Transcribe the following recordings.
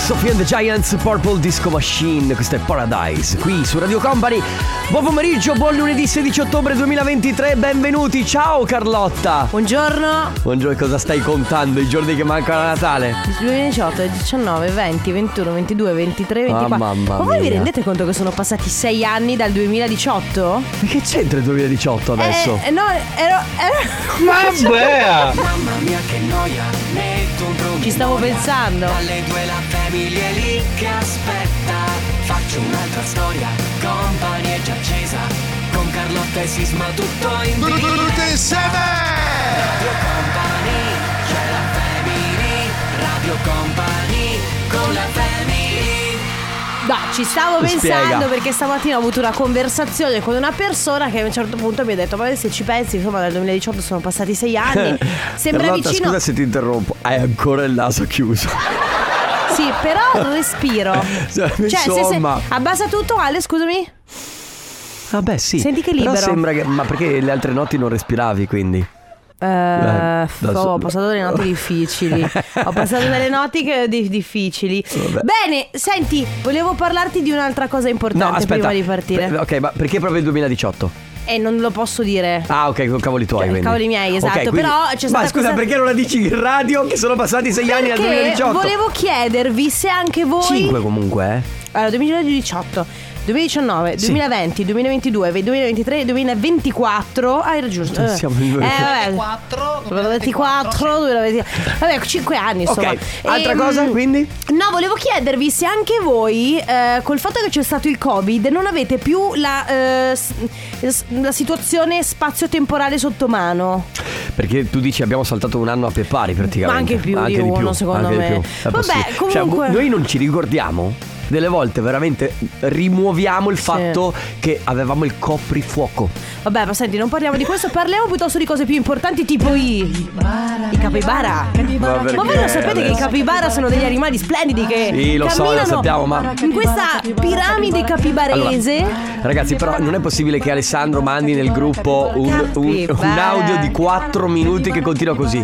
Sophie and the Giants, Purple Disco Machine. Questo è Paradise, qui su Radio Company. Buon pomeriggio, buon lunedì 16 ottobre 2023. Benvenuti, ciao Carlotta. Buongiorno. Buongiorno, cosa stai contando i giorni che mancano a Natale? 2018, 19, 20, 21, 22, 23, 24. Mamma Ma voi vi mia. rendete conto che sono passati 6 anni dal 2018? Ma che c'entra il 2018 adesso? No, ero... Vabbè. Mamma mia che noia, metto un problema. Ci stavo pensando. Alle 2 la famiglia è lì che aspetta. Faccio un'altra storia, Company è già accesa. Con Carlotta e Sisma tutto in Tutti insieme! Radio Company, c'è la family. Radio Company, con la family. No, ci stavo Spiega. pensando perché stamattina ho avuto una conversazione con una persona che a un certo punto mi ha detto: ma se ci pensi, insomma, dal 2018 sono passati 6 anni. Sembra Carlotta, vicino. scusa se ti interrompo, hai ancora il naso chiuso. Sì, però respiro. Insomma. Abbassa tutto, Ale, scusami. Vabbè sì. Senti che Però libero. sembra che... Ma perché le altre notti non respiravi quindi? Ho passato delle notti difficili. Ho passato delle notti difficili. Vabbè. Bene, senti, volevo parlarti di un'altra cosa importante prima di partire. Ok, ma perché proprio il 2018? E non lo posso dire. Ah, ok, con cavoli tuoi. quindi. Cavoli miei, esatto. Ok, quindi- Però c'è stata Ma scusa, questa... perché non la dici in radio che sono passati 6 anni dal Perché 2018? volevo chiedervi se anche voi 5 comunque, Allora, 2018, 2019, 2020, 2022, 2023, 2024. Hai ragione. Siamo vabbè. 24 2024, 2020. Vabbè, 5 anni insomma. Ok, altra cosa quindi? No, volevo chiedervi se anche voi col fatto che c'è stato il Covid non avete più la situazione spazio-temporale sotto mano. Perché tu dici abbiamo saltato un anno a pepari praticamente. Ma anche più di uno, secondo anche me. di più. È Vabbè, possibile. comunque- Cioè, noi non ci ricordiamo. Delle volte veramente rimuoviamo il fatto che avevamo il coprifuoco. Vabbè, ma senti, non parliamo di questo, parliamo piuttosto di cose più importanti, tipo i capibara. Ma voi lo sapete che i capibara sono degli animali splendidi che Sì, lo so, lo camminano sappiamo, ma... in questa piramide capibarese. Ragazzi, però non è possibile che Alessandro mandi nel gruppo un audio di 4 minuti che continua così.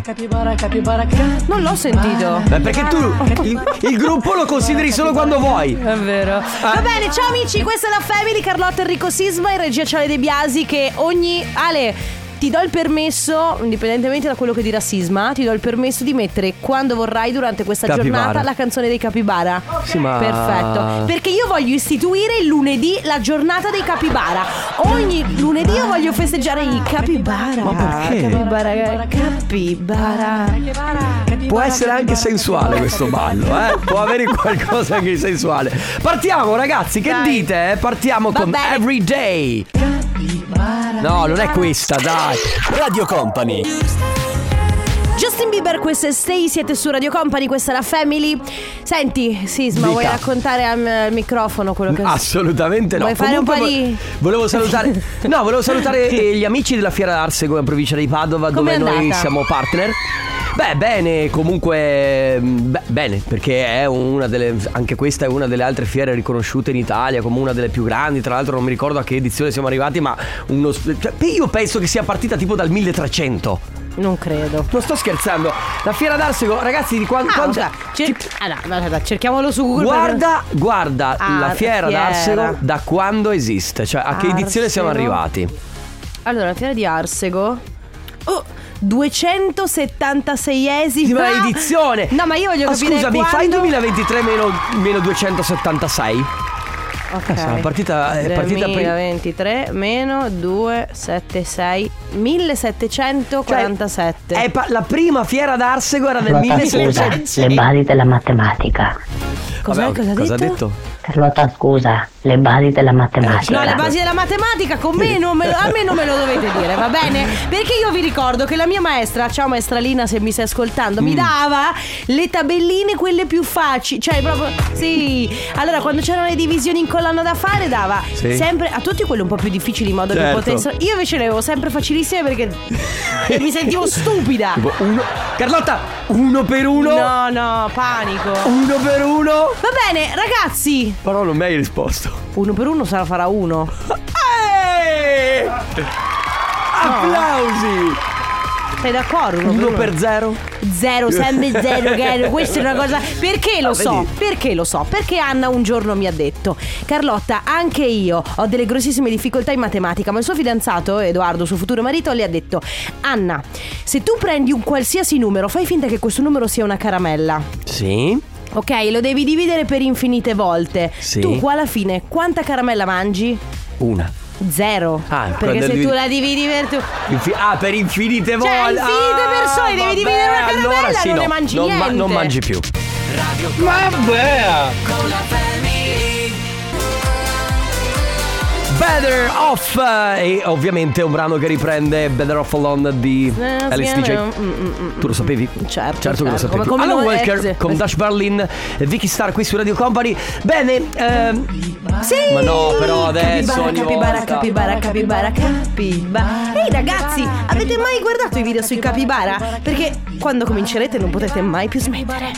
Non l'ho sentito. Perché tu il gruppo lo consideri solo quando vuoi. È vero. Va bene, ciao amici, questa è la Family, Carlotta, Enrico Sisma, in regia Ciale De Biasi che Ale, ti do il permesso, indipendentemente da quello che dirà Sisma, ti do il permesso di mettere quando vorrai durante questa Capibara. giornata la canzone dei capibara. Sì, ma... Perfetto. Perché io voglio istituire il lunedì la giornata dei capibara. Ogni lunedì io voglio festeggiare i capibara. Ma perché? Capibara. Può essere anche sensuale questo ballo, può avere qualcosa anche di sensuale. Partiamo ragazzi, che Dai. dite? Partiamo Va con bene. Everyday. No, non è questa, dai. Radio Company. Justin Bieber, questa è Stay, siete su Radio Company, questa è la Family. Senti, Sisma, Dica. vuoi raccontare al microfono quello che... Assolutamente no. Vuoi fare un po' di... Volevo salutare gli amici della Fiera d'Arsego in provincia di Padova, Com'è dove noi andata? siamo partner. Beh, bene, comunque bene, perché è una delle, anche questa è una delle altre fiere riconosciute in Italia come una delle più grandi. Tra l'altro non mi ricordo a che edizione siamo arrivati, ma io penso che sia partita tipo dal 1300. Non credo. Non sto scherzando. La Fiera d'Arsego, ragazzi, di quando... Allora, cerchiamolo su Google. Guarda la Fiera d'Arsego da quando esiste, cioè a che edizione siamo Arsego. arrivati. Allora, la Fiera di Arsego 276esima edizione. No, ma io voglio capire scusami, quando... fai 2023 meno 276. Ok. È partita prima. 2023 meno 276 1747. La prima Fiera d'Arsego era nel Carlotta, 1700. scusa, le basi della matematica. Cosa ha detto? Carlotta, scusa, le basi della matematica. No, le basi della matematica con me a me non me lo dovete dire, va bene? Perché io vi ricordo che la mia maestra, ciao maestra Lina se mi stai ascoltando, mi dava le tabelline quelle più facili, cioè proprio, sì. Allora quando c'erano le divisioni in colonna da fare dava sempre a tutti quelle un po' più difficili in modo che potessero. Io invece le avevo sempre facilissime perché mi sentivo stupida. Carlotta, 1 per 1. No, panico. 1 per 1. Va bene, ragazzi. Però non mi hai risposto. 1 per 1 farà 1. Applausi. Sei d'accordo? 1 per 0? Zero, sempre zero, Gary. Questa è una cosa. Perché lo so? vedi? Perché lo so? Perché Anna un giorno mi ha detto: Carlotta, anche io ho delle grossissime difficoltà in matematica. Ma il suo fidanzato, Edoardo, suo futuro marito, le ha detto: Anna, se tu prendi un qualsiasi numero, fai finta che questo numero sia una caramella. Sì. Ok, lo devi dividere per infinite volte. Sì. Tu qua alla fine quanta caramella mangi? Una. 0. Ah, perché quando se devi- tu la dividi per tu. Per infinite volte. Cioè, infinite persone, devi dividere una caramella, allora sì, non no, ne mangi non niente. non mangi più. Radio Vabbè con la family. Better Off, e ovviamente un brano che riprende Better Off Alone di Alice DJ. Tu lo sapevi? Certo, che lo sapevi. come Alan lo- Walker con Dash Berlin e Vicky Star qui su Radio Company. Bene, Sì. ma no, però adesso ogni capibara, volta. capibara. Ehi ragazzi, avete mai guardato i video sui capibara? Perché quando comincerete non potete mai più smettere.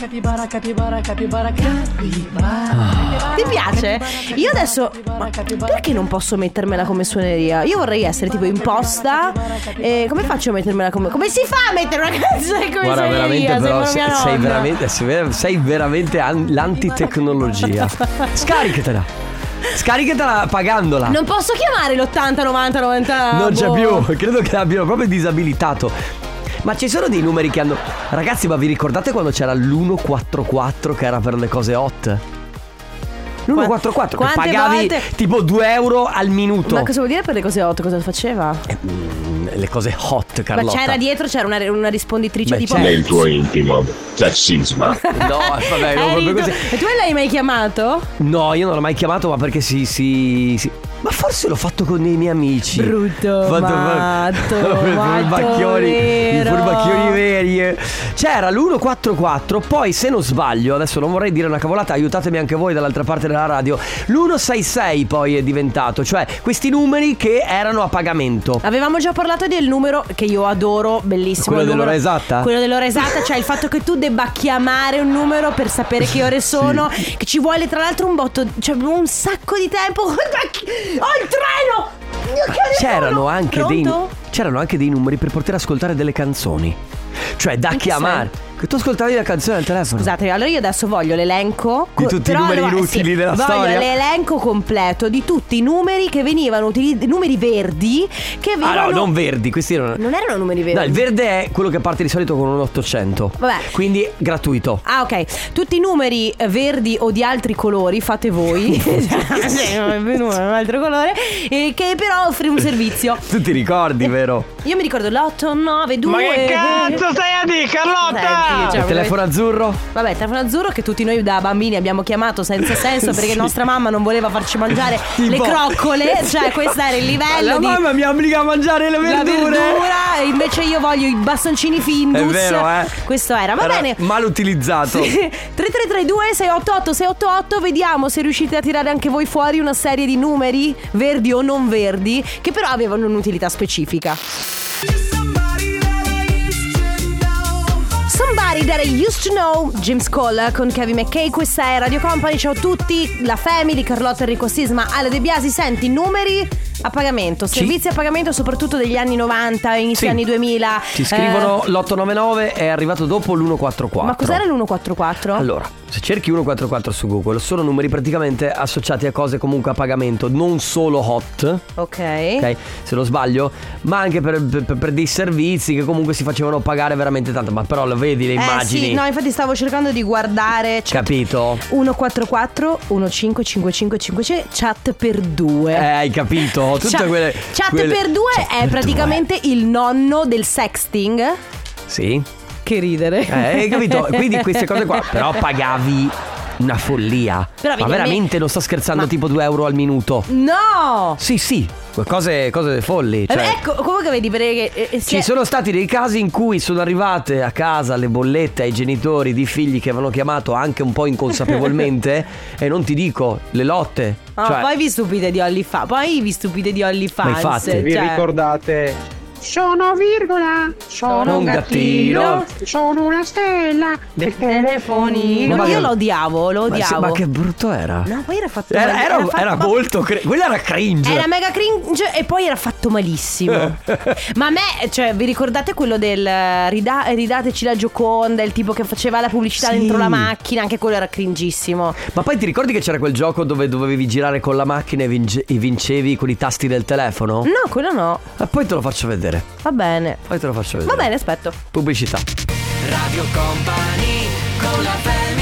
Ti piace? Io adesso perché non posso mettermela come suoneria? Io vorrei essere tipo imposta. E come faccio a mettermela come si fa a mettere una canzone come Guarda, suoneria? veramente, però Sembra mia nonna. sei veramente l'antitecnologia. Scaricatela pagandola. Non posso chiamare l'80, 90, 90. Non c'è boh. più, credo che l'abbiano proprio disabilitato. Ma ci sono dei numeri che hanno. Ragazzi, ma vi ricordate quando c'era l'144 che era per le cose hot? L'144 che Quante pagavi volte? tipo 2 euro al minuto. Ma cosa vuol dire per le cose hot? Cosa faceva? Le cose hot, Carlotta. Ma c'era dietro, c'era una risponditrice Beh, tipo certo. Nel tuo intimo sessismo. No, vabbè, non proprio così. E tu l'hai mai chiamato? No, io non l'ho mai chiamato, ma perché si. Ma forse l'ho fatto con i miei amici. Brutto, matto, I vero. furbacchioni veri. C'era l'144, poi se non sbaglio, adesso non vorrei dire una cavolata, aiutatemi anche voi dall'altra parte della radio, l'166 poi è diventato, cioè questi numeri che erano a pagamento. Avevamo già parlato del numero che io adoro, bellissimo. Quello il numero- dell'ora esatta? Quello dell'ora esatta, cioè il fatto che tu debba chiamare un numero per sapere che ore sono, che ci vuole tra l'altro un botto, cioè un sacco di tempo. Ho il treno! C'erano anche dei numeri per poter ascoltare delle canzoni. Cioè da In che chiamare. Che tu ascoltavi la canzone al telefono. Scusate, allora io adesso voglio l'elenco Di tutti i numeri inutili della storia. Voglio l'elenco completo di tutti i numeri che venivano numeri verdi che venivano. Ah no, non verdi, questi erano. Non erano numeri verdi. No, il verde è quello che parte di solito con un 800. Vabbè. Quindi gratuito. Ah, ok. Tutti i numeri verdi o di altri colori fate voi. Un altro colore. Che però offre un servizio. Tu ti ricordi, vero? Io mi ricordo l'892. Ma che cazzo stai a dire, Carlotta? Il telefono azzurro? Vabbè, il telefono azzurro che tutti noi da bambini abbiamo chiamato senza senso perché Sì. nostra mamma non voleva farci mangiare Tipo- le croccole. Cioè, questo era il livello La di mamma mi obbliga a mangiare le la verdure. verdura. E invece io voglio i bastoncini Findus. È vero, Questo era, va Era bene. mal utilizzato. 3332 688 688. Vediamo se riuscite a tirare anche voi fuori una serie di numeri verdi o non verdi che però avevano un'utilità specifica. Somebody That I Used to Know, James Cole con Kevin McKay. Questa è Radio Company, ciao a tutti, la Family, Carlotta, Enrico Sisma, Ale De Biasi. Senti, numeri a pagamento, servizi a pagamento soprattutto degli anni 90, inizio Sì. anni 2000. Ci scrivono l'899, è arrivato dopo l'144. Ma cos'era l'144? Allora, se cerchi 144 su Google, sono numeri praticamente associati a cose comunque a pagamento, non solo hot, Ok. ok? Se non sbaglio, ma anche per dei servizi che comunque si facevano pagare veramente tanto. Ma però lo vedi le immagini? Sì, no, infatti stavo cercando di guardare. Capito? 144 155555 chat per due. Hai capito? Tutte quelle Chat quelle- per due Chat è per praticamente il nonno del sexting. due. Sì. Che ridere. Hai capito? Quindi queste cose qua. Però pagavi una follia. Però Ma veramente non sto scherzando, tipo 2 euro al minuto. No! Sì, cose folli. Cioè, Ecco, comunque vedi perché ci sono stati dei casi in cui sono arrivate a casa le bollette ai genitori di figli che avevano chiamato anche un po' inconsapevolmente. E non ti dico, le lotte. Poi vi stupite di OnlyFans. Ma infatti. Vi ricordate Sono virgola, sono un gattino, sono una stella del telefonino. Ma Io che- lo odiavo. Ma che brutto era. No, poi era fatto Era molto quella era cringe. Era mega cringe e poi era fatto malissimo. Ma a me, cioè, vi ricordate quello del ridateci la Gioconda, il tipo che faceva la pubblicità Sì. dentro la macchina? Anche quello era cringissimo. Ma poi ti ricordi che c'era quel gioco dove dovevi girare con la macchina e vincevi con i tasti del telefono? No, quello no. Poi te lo faccio vedere. Va bene. Poi te lo faccio vedere. Va bene, aspetto. Pubblicità. Radio Company con la family.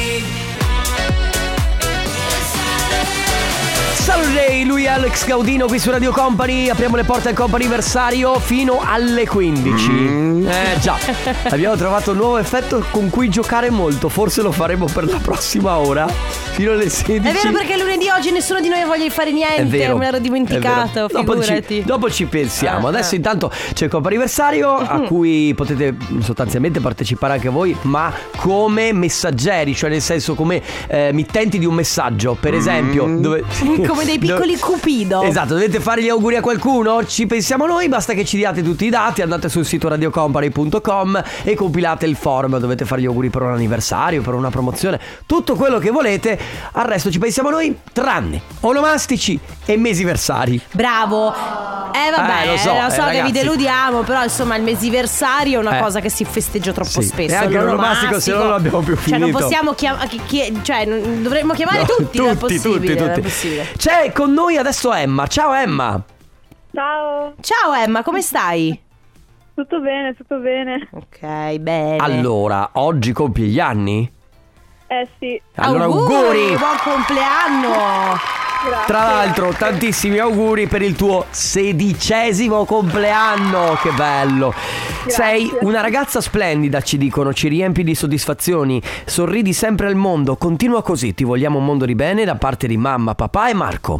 Saturday, lui è Alex Gaudino qui su Radio Company. Apriamo le porte al comp'anniversario fino alle 15. Già, abbiamo trovato un nuovo effetto con cui giocare molto. Forse lo faremo per la prossima ora, fino alle 16. È vero, perché lunedì oggi nessuno di noi ha voglia di fare niente. È vero, me l'ero dimenticato. è vero. Figurati. Dopo ci pensiamo. Adesso intanto c'è il comp'anniversario a cui potete sostanzialmente partecipare anche voi, ma come messaggeri, cioè nel senso come mittenti di un messaggio. Per esempio, dove Come dei piccoli Cupido. Esatto, dovete fare gli auguri a qualcuno? Ci pensiamo noi, basta che ci diate tutti i dati, andate sul sito radiocompany.com e compilate il form, dovete fare gli auguri per un anniversario, per una promozione, tutto quello che volete. Al resto ci pensiamo noi, tranne onomastici e mesiversari. Bravo. Vabbè, lo so, che vi ragazzi. deludiamo, però insomma il mesiversario è una cosa che si festeggia troppo Sì. spesso. E anche l'onomastico, se no non l'abbiamo più Cioè non finito. possiamo chiamare, dovremmo chiamare tutti, non è possibile, non è possibile. C'è con noi adesso Emma. Ciao Emma. Ciao, Ciao Emma, come stai? tutto bene, tutto bene. Ok, bene. Allora, oggi compi gli anni? Sì, Allora auguri. Buon compleanno. grazie. Tra l'altro tantissimi auguri per il tuo 16° compleanno. Che bello. Sei una ragazza splendida, ci dicono. Ci riempi di soddisfazioni, sorridi sempre al mondo. Continua così, ti vogliamo un mondo di bene da parte di mamma, papà e Marco.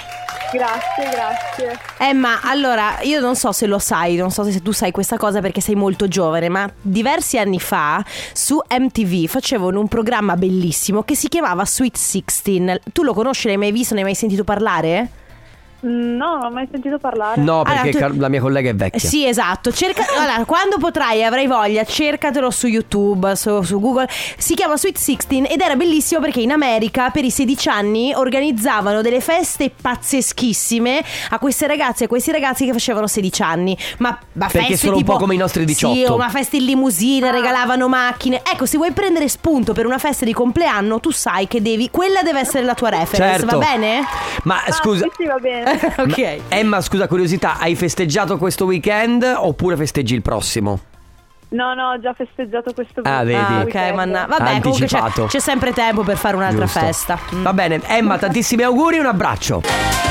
Grazie. Emma, allora, io non so se lo sai, non so se tu sai questa cosa perché sei molto giovane, ma diversi anni fa su MTV facevano un programma bellissimo che si chiamava Sweet 16. Tu lo conosci, l'hai mai visto, ne hai mai sentito parlare? No, non ho mai sentito parlare. No, perché Allora, la mia collega è vecchia. Sì, esatto. Allora, quando potrai e avrai voglia, cercatelo su YouTube, su Google. Si chiama Sweet 16 ed era bellissimo perché in America per i 16 anni organizzavano delle feste pazzeschissime a queste ragazze e a questi ragazzi che facevano 16 anni. Ma Perché feste sono tipo, un po' come i nostri 18. Sì, una festa in limousine, regalavano macchine. Ecco, se vuoi prendere spunto per una festa di compleanno, tu sai che quella deve essere la tua reference, Certo. va bene? Ma scusa, Sì, va bene. Ok. Emma, scusa, curiosità, hai festeggiato questo weekend oppure festeggi il prossimo? No, ho già festeggiato questo Ah, vedi. Ah, ok, weekend. vabbè, comunque Anticipato. c'è sempre tempo per fare un'altra Giusto. festa. Va bene, Emma, tantissimi auguri e un abbraccio.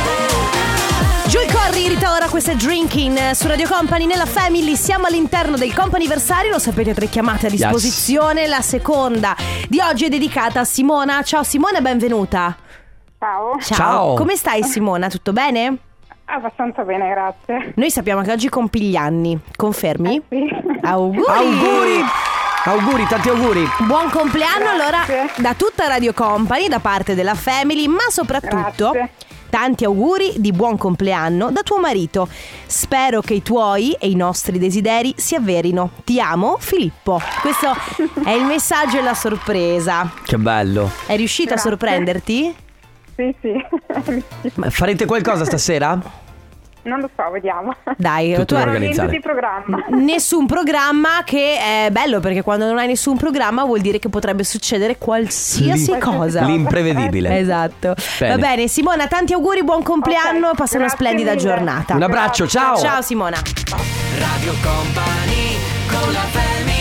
Joy Corri ritorna, questa è Drinking su Radio Company nella Family. Siamo all'interno del comp'anniversario, lo sapete, 3 chiamate a disposizione. La seconda di oggi è dedicata a Simona. Ciao Simona, benvenuta. Ciao. Ciao. Come stai Simona? Tutto bene? Abbastanza bene, grazie. Noi sappiamo che oggi compi gli anni, confermi? Sì. Auguri! Auguri, tanti auguri. Buon compleanno allora Grazie. da tutta Radio Company, da parte della Family, ma soprattutto Grazie. tanti auguri di buon compleanno da tuo marito. Spero che i tuoi e i nostri desideri si avverino. Ti amo, Filippo. Questo è il messaggio e la sorpresa. Che bello. È riuscito a sorprenderti? Sì. Ma farete qualcosa stasera? Non lo so, vediamo. Dai, Tutto tu da hai organizzare. Niente di programma. nessun programma, che è bello perché quando non hai nessun programma vuol dire che potrebbe succedere qualsiasi cosa. L'imprevedibile. Esatto. Bene. Va bene, Simona, tanti auguri, buon compleanno, Ok, passa una grazie splendida mille. giornata. Un abbraccio, ciao. Ciao Simona. Radio Company con la family.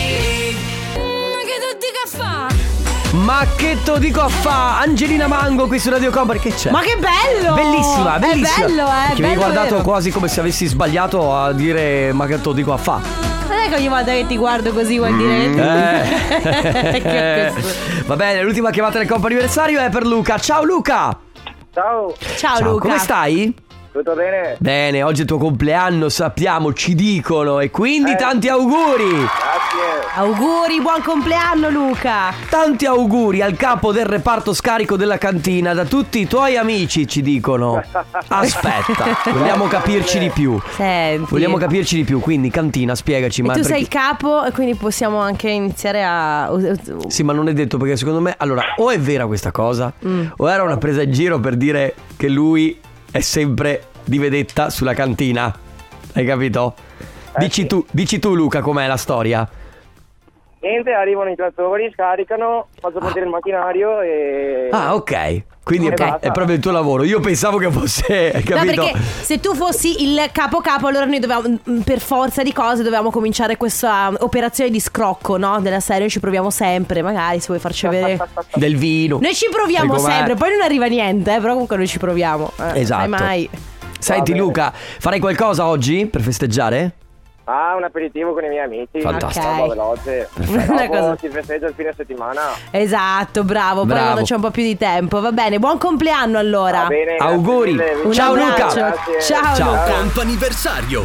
Ma che to dico a fa? Angelina Mango qui su Radio Company. Che c'è? Ma che bello! Bellissima, bellissima. È bello, Che mi hai bello, guardato vero. quasi come se avessi sbagliato a dire ma che to dico a fa. Non è che ogni volta che ti guardo così vuol dire Che- Va bene, l'ultima chiamata del comp'anniversario è per Luca. Ciao Luca. Ciao. Ciao Luca. Come stai? Tutto bene? Bene, oggi è il tuo compleanno, sappiamo, ci dicono, e quindi tanti auguri. Grazie. Auguri, buon compleanno Luca. Tanti auguri al capo del reparto scarico della cantina da tutti i tuoi amici, ci dicono. Aspetta, vogliamo capirci di più. Senti, Vogliamo capirci di più, quindi cantina, spiegaci. e Ma tu perché... sei il capo e quindi possiamo anche iniziare a... Sì, ma non è detto, perché secondo me, allora, o è vera questa cosa, o era una presa in giro per dire che lui è sempre di vedetta sulla cantina. Hai capito? Dici tu Luca, com'è la storia? Niente, arrivano i trattori, scaricano, faccio partire il macchinario e... Ah, ok. Quindi Ok. è proprio il tuo lavoro. Io pensavo che fosse, hai No, capito? perché se tu fossi il capo, allora noi dovevamo, per forza di cose, dovevamo cominciare questa operazione di scrocco, no? Della serie, noi ci proviamo sempre, magari se vuoi farci vedere. Del vino. Noi ci proviamo Sai com'è? sempre, poi non arriva niente, però comunque noi ci proviamo. Esatto. Mai. Senti Va bene. Luca, farai qualcosa oggi per festeggiare? Ah, un aperitivo con i miei amici. Fantastico. Ok. Un po' veloce. Una cosa- Dopo si festeggia il fine settimana. Esatto, bravo. Poi Bravo. quando c'è un po' più di tempo. Va bene, buon compleanno allora. Va bene, grazie Auguri. mille. Un Ciao, Luca. abbraccio. Grazie. Ciao, Ciao. Luca. Comp'anniversario.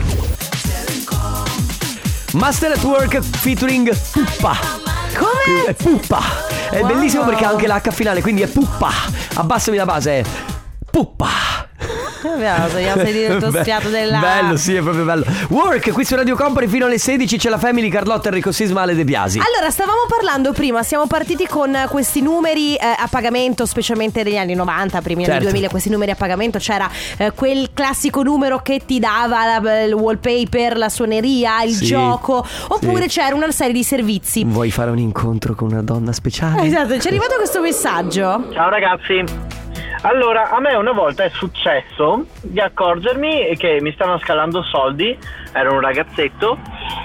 Master at Work featuring Puppa. Come? È Puppa. È Wow. bellissimo perché ha anche l'H finale, quindi è Puppa. Abbassami la base. Puppa. Sei diventato sfiato della... Bello, sì, è proprio bello. Work, qui su Radio Company fino alle 16 c'è la Family, Carlotta, Enrico Sisma, Ale De Biasi. Allora, stavamo parlando prima, siamo partiti con questi numeri a pagamento, specialmente negli anni 90, primi anni Certo. 2000, questi numeri a pagamento. C'era quel classico numero che ti dava il wallpaper, la suoneria, il Sì, gioco, oppure sì. c'era una serie di servizi. Vuoi fare un incontro con una donna speciale? Esatto, ci è arrivato questo messaggio. Ciao ragazzi. Allora, a me una volta è successo di accorgermi che mi stavano scalando soldi, ero un ragazzetto,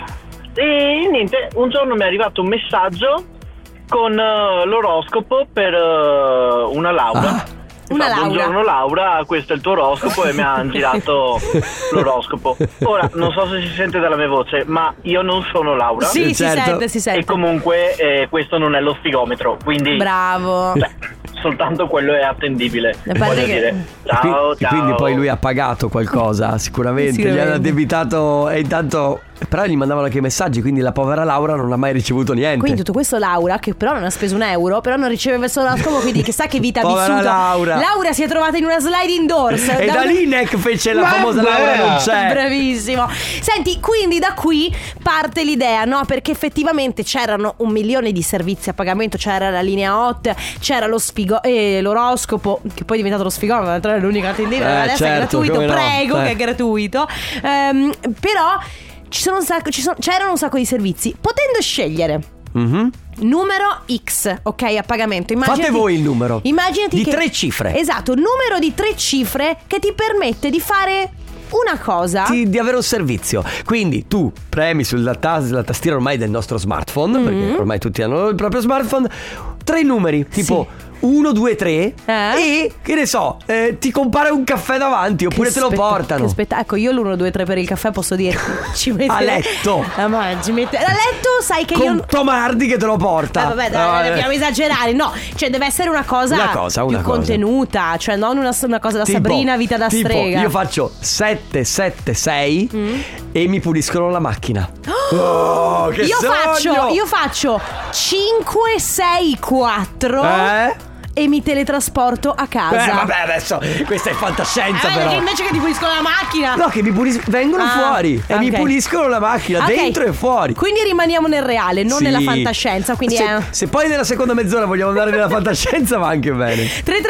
e niente, un giorno mi è arrivato un messaggio con l'oroscopo per una laurea. Una laurea. Buongiorno Laura, questo è il tuo oroscopo, e mi ha girato l'oroscopo. Ora, non so se si sente dalla mia voce, ma io non sono Laura. Sì, Certo. si sente. E comunque questo non è lo sfigometro, quindi Bravo. cioè, soltanto quello è attendibile. A parte Voglio che- dire, ciao, E quindi ciao. poi lui ha pagato qualcosa, sicuramente. Gli Sicuramente. hanno addebitato e intanto... Però gli mandavano anche messaggi, quindi la povera Laura non ha mai ricevuto niente. Quindi tutto questo Laura, che però non ha speso €1, però non riceveva il suo oroscopo, quindi chissà che vita ha Povera vissuto. Laura. Si è trovata in una sliding doors. E da lì Neck fece la famosa Laura non c'è. Bravissimo. Senti, quindi da qui parte l'idea, no? Perché effettivamente c'erano 1 milione di servizi a pagamento. C'era la linea hot, c'era lo l'oroscopo, che poi è diventato lo sfigometro, tra l'unica attendibile. Adesso certo, è gratuito, come no. prego, che è gratuito. Però c'erano un sacco di servizi, potendo scegliere numero X, ok, a pagamento. Fate voi il numero. Immaginati Di che 3 cifre. Esatto, numero di 3 cifre che ti permette di fare una cosa. Di avere un servizio. Quindi tu premi sulla tastiera ormai del nostro smartphone, perché ormai tutti hanno il proprio smartphone, 3 numeri, tipo 1, 2, 3 e che ne so, ti compare un caffè davanti oppure te lo portano. Ecco, io l'1, 2, 3 per il caffè posso dirti. Ci mette A letto. ma ci mette a letto, sai che Con io Tomardi che te lo porta. vabbè, dai, dobbiamo esagerare. No, cioè deve essere una cosa, Una cosa. più contenuta, cioè non una cosa da Tipo, Sabrina, vita da tipo, strega. io faccio 776 e mi puliscono la macchina. Oh, che sogno! Io faccio 5, 6, 4 e mi teletrasporto a casa. Vabbè, adesso questa è fantascienza però. Perché invece che ti puliscono la macchina. No, che mi vengono fuori e mi ok. puliscono la macchina, Ok. dentro e fuori. Quindi rimaniamo nel reale, non Sì. nella fantascienza. Quindi se poi nella seconda mezz'ora vogliamo andare nella fantascienza va anche bene.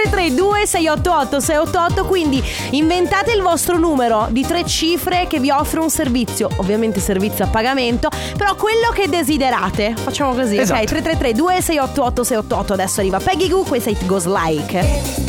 333-2688-688. Quindi inventate il vostro numero di 3 cifre che vi offre un servizio. Ovviamente servizio a pagamento, però quello che desiderate. Facciamo così, Esatto. ok? 333-2688-688. Adesso arriva Peggy Goo, questa It Goes Like.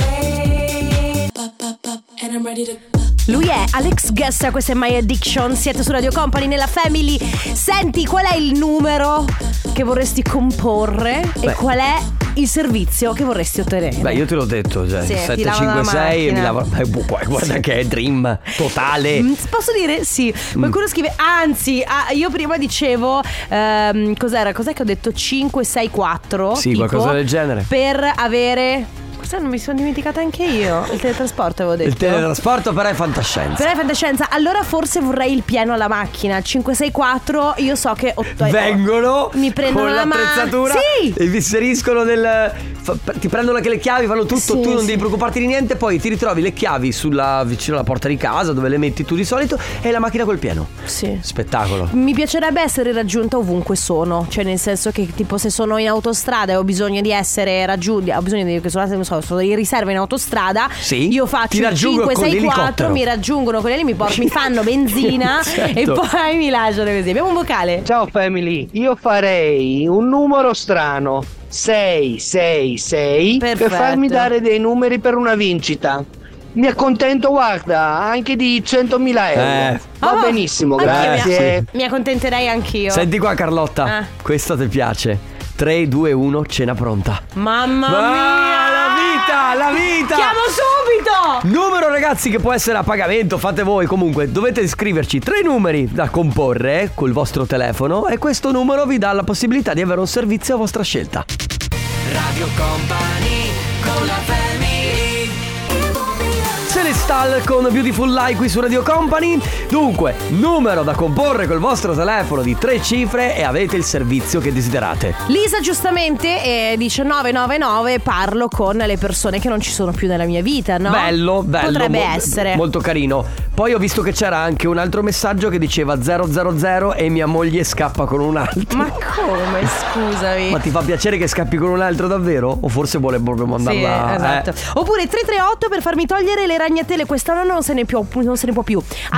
Lui è Alex Guess, questa è My Addiction. Siete su Radio Company nella Family. Senti, qual è il numero che vorresti comporre e qual è il servizio che vorresti ottenere? Beh, io te l'ho detto, cioè Sì, ti lavano la 756 e mi macchina. lavo. Guarda che è dream totale. Posso dire sì. Qualcuno scrive, anzi, io prima dicevo cos'è che ho detto? 5, 6, 4 Sì, tipo, qualcosa del genere. per avere Cosa non mi sono dimenticata anche io? Il teletrasporto avevo detto. Il teletrasporto però è fantascienza. Però è fantascienza. Allora forse vorrei il pieno alla macchina. 564. Io so che vengono mi prendono con la l'attrezzatura sì. e vi inseriscono ti prendono anche le chiavi, fanno tutto, Sì, tu non sì. devi preoccuparti di niente. Poi ti ritrovi le chiavi vicino alla porta di casa, dove le metti tu di solito, e la macchina col pieno. Sì. Spettacolo. Mi piacerebbe essere raggiunta ovunque sono. Cioè nel senso che tipo se sono in autostrada e ho bisogno di essere raggiunta, ho bisogno di, sono in riserva in autostrada, sì. Io faccio il 5, 6, 4, mi raggiungono quelli lì, mi fanno benzina certo. e poi mi lasciano così. Abbiamo un vocale. Ciao family, io farei un numero strano 666 per farmi dare dei numeri per una vincita. Mi accontento, guarda, anche di 100.000 euro. Va benissimo, grazie. Mi accontenterei anch'io. Senti qua Carlotta, questo ti piace. 3, 2, 1, cena pronta. Mamma mia, la vita. Chiamo subito. Numero ragazzi che può essere a pagamento, fate voi. Comunque dovete scriverci 3 numeri da comporre col vostro telefono, e questo numero vi dà la possibilità di avere un servizio a vostra scelta. Radio Company con la family. Celestal con Beautiful Lie qui su Radio Company. Dunque, numero da comporre col vostro telefono di 3 cifre e avete il servizio che desiderate. Lisa giustamente dice 999, parlo con le persone che non ci sono più nella mia vita, no? Bello. Potrebbe essere molto carino. Poi ho visto che c'era anche un altro messaggio che diceva 000 e mia moglie scappa con un altro. Ma come, scusami? Ma ti fa piacere che scappi con un altro davvero? O forse vuole proprio mandarla? Sì, esatto. Oppure 338 per farmi togliere le ragnatele. Quest'anno non se ne può più.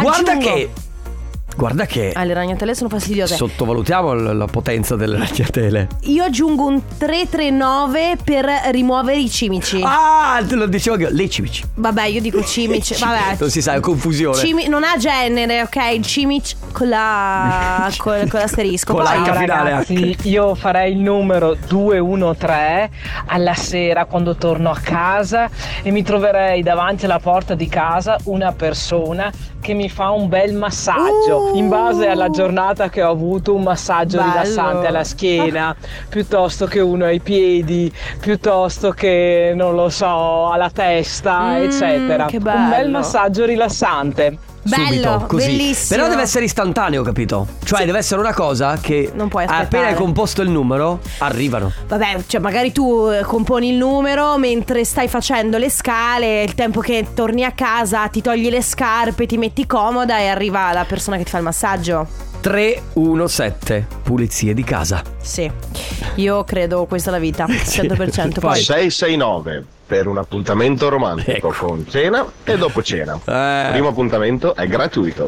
Guarda che le ragnatele sono fastidiose. Sottovalutiamo la potenza delle ragnatele. Io aggiungo un 339 per rimuovere i cimici. Te lo dicevo anche io. Le cimici. Vabbè, io dico cimici. Vabbè. Non si sa, è confusione. Non ha genere, ok? Cimici con l'asterisco. Con l'H finale. Ragazzi, io farei il numero 213 alla sera quando torno a casa e mi troverei davanti alla porta di casa una persona che mi fa un bel massaggio in base alla giornata che ho avuto, un massaggio rilassante alla schiena, piuttosto che uno ai piedi, piuttosto che non lo so, alla testa, eccetera. Che bello. Un bel massaggio rilassante. Bello, subito, così. Bellissimo. Però deve essere istantaneo, capito? Cioè deve essere una cosa che non puoi aspettare. Appena hai composto il numero arrivano. Vabbè, cioè magari tu componi il numero mentre stai facendo le scale, il tempo che torni a casa ti togli le scarpe, ti metti comoda e arriva la persona che ti fa il massaggio. 317 pulizie di casa. Sì, io credo questa è la vita, 100%. Poi 669 per un appuntamento romantico con cena e dopo cena. Il primo appuntamento è gratuito.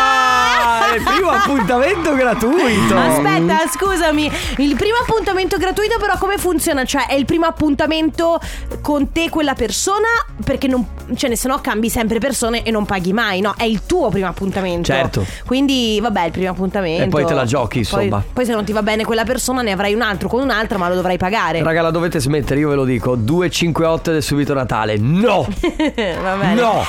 Il primo appuntamento gratuito. Aspetta, scusami, il primo appuntamento gratuito però come funziona? Cioè è il primo appuntamento con te quella persona? Perché non, cioè se no cambi sempre persone e non paghi mai, no? È il tuo primo appuntamento. Certo. Quindi vabbè, il primo appuntamento. E poi te la giochi, insomma. Poi se non ti va bene quella persona ne avrai un altro con un'altra, ma lo dovrai pagare. Raga, la dovete smettere, io ve lo dico. 258 del subito Natale. No. Va bene. No.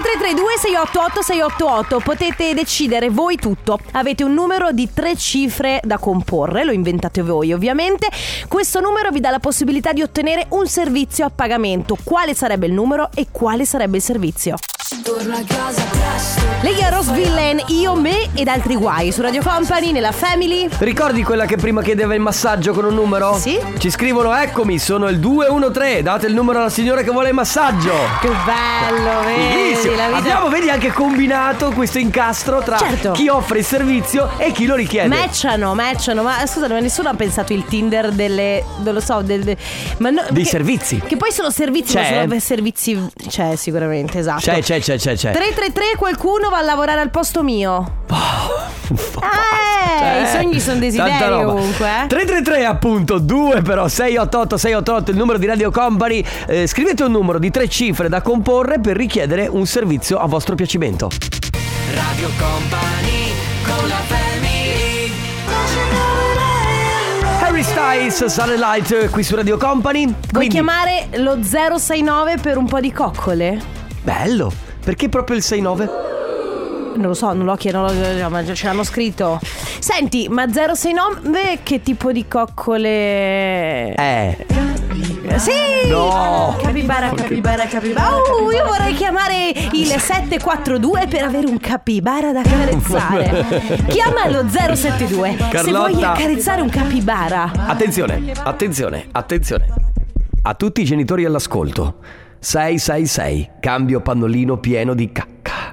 333-2688-688. Potete decidere voi tutto. Avete un numero di 3 cifre da comporre, lo inventate voi ovviamente. Questo numero vi dà la possibilità di ottenere un servizio a pagamento. Quale sarebbe il numero e quale sarebbe il servizio? Torno a casa presto. Lei è Rose Villain, Io, me ed altri guai su Radio Company, nella Family. Ricordi quella che prima chiedeva il massaggio con un numero? Sì. Ci scrivono: eccomi, sono il 213. Date il numero alla signora che vuole il massaggio. Che bello, vedi la vita. Abbiamo, vedi, anche combinato questo incastro tra chi offre il servizio e chi lo richiede. Matchano. Ma scusate, ma nessuno ha pensato il Tinder delle, non lo so, dei servizi. Che poi sono servizi, ma sono servizi. C'è sicuramente, esatto. C'è. 333, qualcuno va a lavorare al posto mio. I sogni sono desideri ovunque. 333 appunto, 2 però 688 il numero di Radio Company. Scrivete un numero di 3 cifre da comporre per richiedere un servizio a vostro piacimento. Radio Company con la family. Harry Styles, Sunlight qui su Radio Company. Vuoi chiamare lo 069 per un po' di coccole? Bello. Perché proprio il 69? Non lo so, non l'ho chiesto, ma ce l'hanno scritto. Senti, ma 069 che tipo di coccole? Sì! No! Capibara. Io vorrei chiamare il 742 per avere un capibara da accarezzare. Chiama lo 072 Carlotta. se vuoi accarezzare un capibara. Attenzione. A tutti i genitori all'ascolto. 666, cambio pannolino pieno di cacca.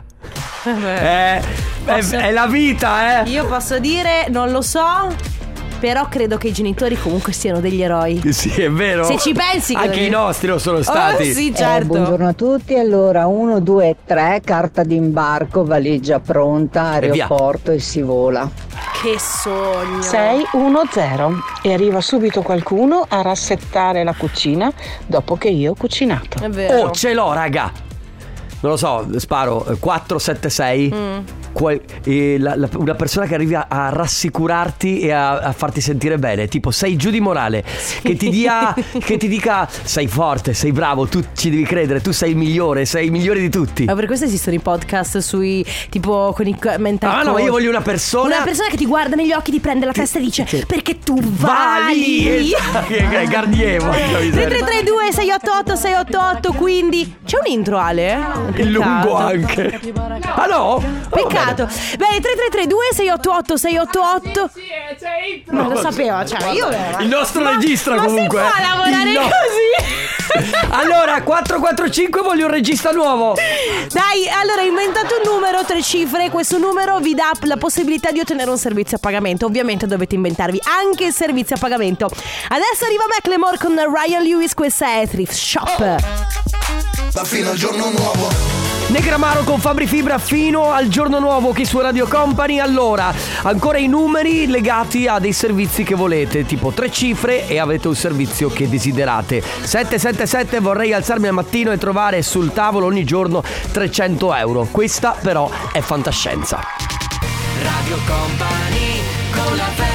È la vita, Io posso dire, non lo so, però credo che i genitori comunque siano degli eroi. Sì, è vero. Se ci pensi che anche i nostri lo sono stati. Oh, sì, certo. Buongiorno a tutti. Allora, 1, 2, 3, carta d'imbarco, valigia pronta, aeroporto e si vola. Che sogno. 610 e arriva subito qualcuno a rassettare la cucina dopo che io ho cucinato. È vero. Oh, ce l'ho, raga. Non lo so, sparo 476. Una persona che arrivi a rassicurarti e a farti sentire bene. Tipo, sei giù di morale, che ti dica sei forte, sei bravo, tu ci devi credere, tu sei il migliore di tutti. Ma per questo esistono i podcast sui tipo con i mental coach. No, ma io voglio una persona che ti guarda negli occhi, ti prende la testa e dice perché tu vali. Garnier. 3332 688 688. Quindi c'è un intro, Ale? Il lungo anche. Ah no? Peccato. Bene, 3332 688 688. Non lo sapevo, cioè io il nostro regista comunque. Ma si fa lavorare così? Allora 445 voglio un regista nuovo. Dai, allora inventate un numero, 3 cifre. Questo numero vi dà la possibilità di ottenere un servizio a pagamento. Ovviamente dovete inventarvi anche il servizio a pagamento. Adesso arriva Macklemore con Ryan Lewis. Questa è Thrift Shop. Da fino al giorno nuovo. Negramaro con Fabri Fibra fino al giorno nuovo qui su Radio Company. Allora, ancora i numeri legati a dei servizi che volete, tipo 3 cifre e avete un servizio che desiderate. 777 vorrei alzarmi al mattino e trovare sul tavolo ogni giorno 300 euro. Questa però è fantascienza. Radio Company con la family.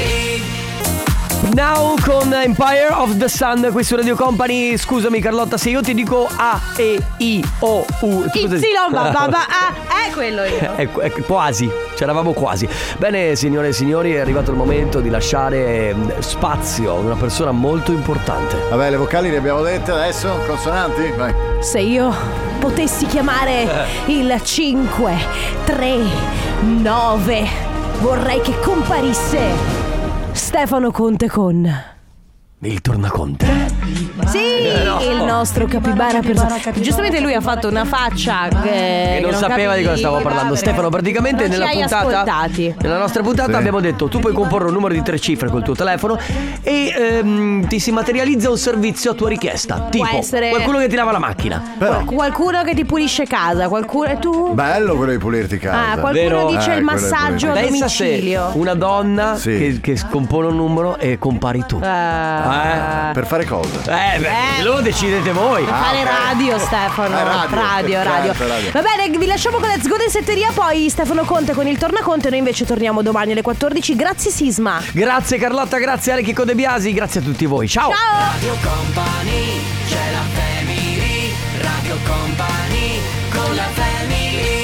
Now con Empire of the Sun qui su Radio Company. Scusami Carlotta, se io ti dico A, E, I, O, U Y, è quello io. Quasi, c'eravamo quasi. Bene signore e signori, è arrivato il momento di lasciare spazio a una persona molto importante. Vabbè, le vocali le abbiamo dette, adesso consonanti? Vai. Se io potessi chiamare il 5, 3, 9, vorrei che comparisse Stefano Conte con il Tornaconte. Sì, no. Il nostro capibara giustamente lui ha fatto una faccia che non sapeva di cosa stavo parlando. Stefano, praticamente non nella nostra puntata abbiamo detto tu puoi comporre un numero di 3 cifre col tuo telefono e ti si materializza un servizio a tua richiesta. Tipo essere qualcuno che ti lava la macchina, qualcuno che ti pulisce casa, qualcuno tu. Bello quello di pulirti casa. Qualcuno dice il massaggio a domicilio. Una donna che scompone un numero e compari tu. Per fare cosa? Lo decidete voi. Fare radio, Stefano. Radio. Va bene, vi lasciamo con Let's Go Densetteria. Poi Stefano Conte con il Tornaconte. Noi invece torniamo domani alle 14. Grazie Sisma. Grazie Carlotta, grazie Ale Chicco De Biasi. Grazie a tutti voi. Ciao. Radio Company, c'è la family. Radio Company con la family.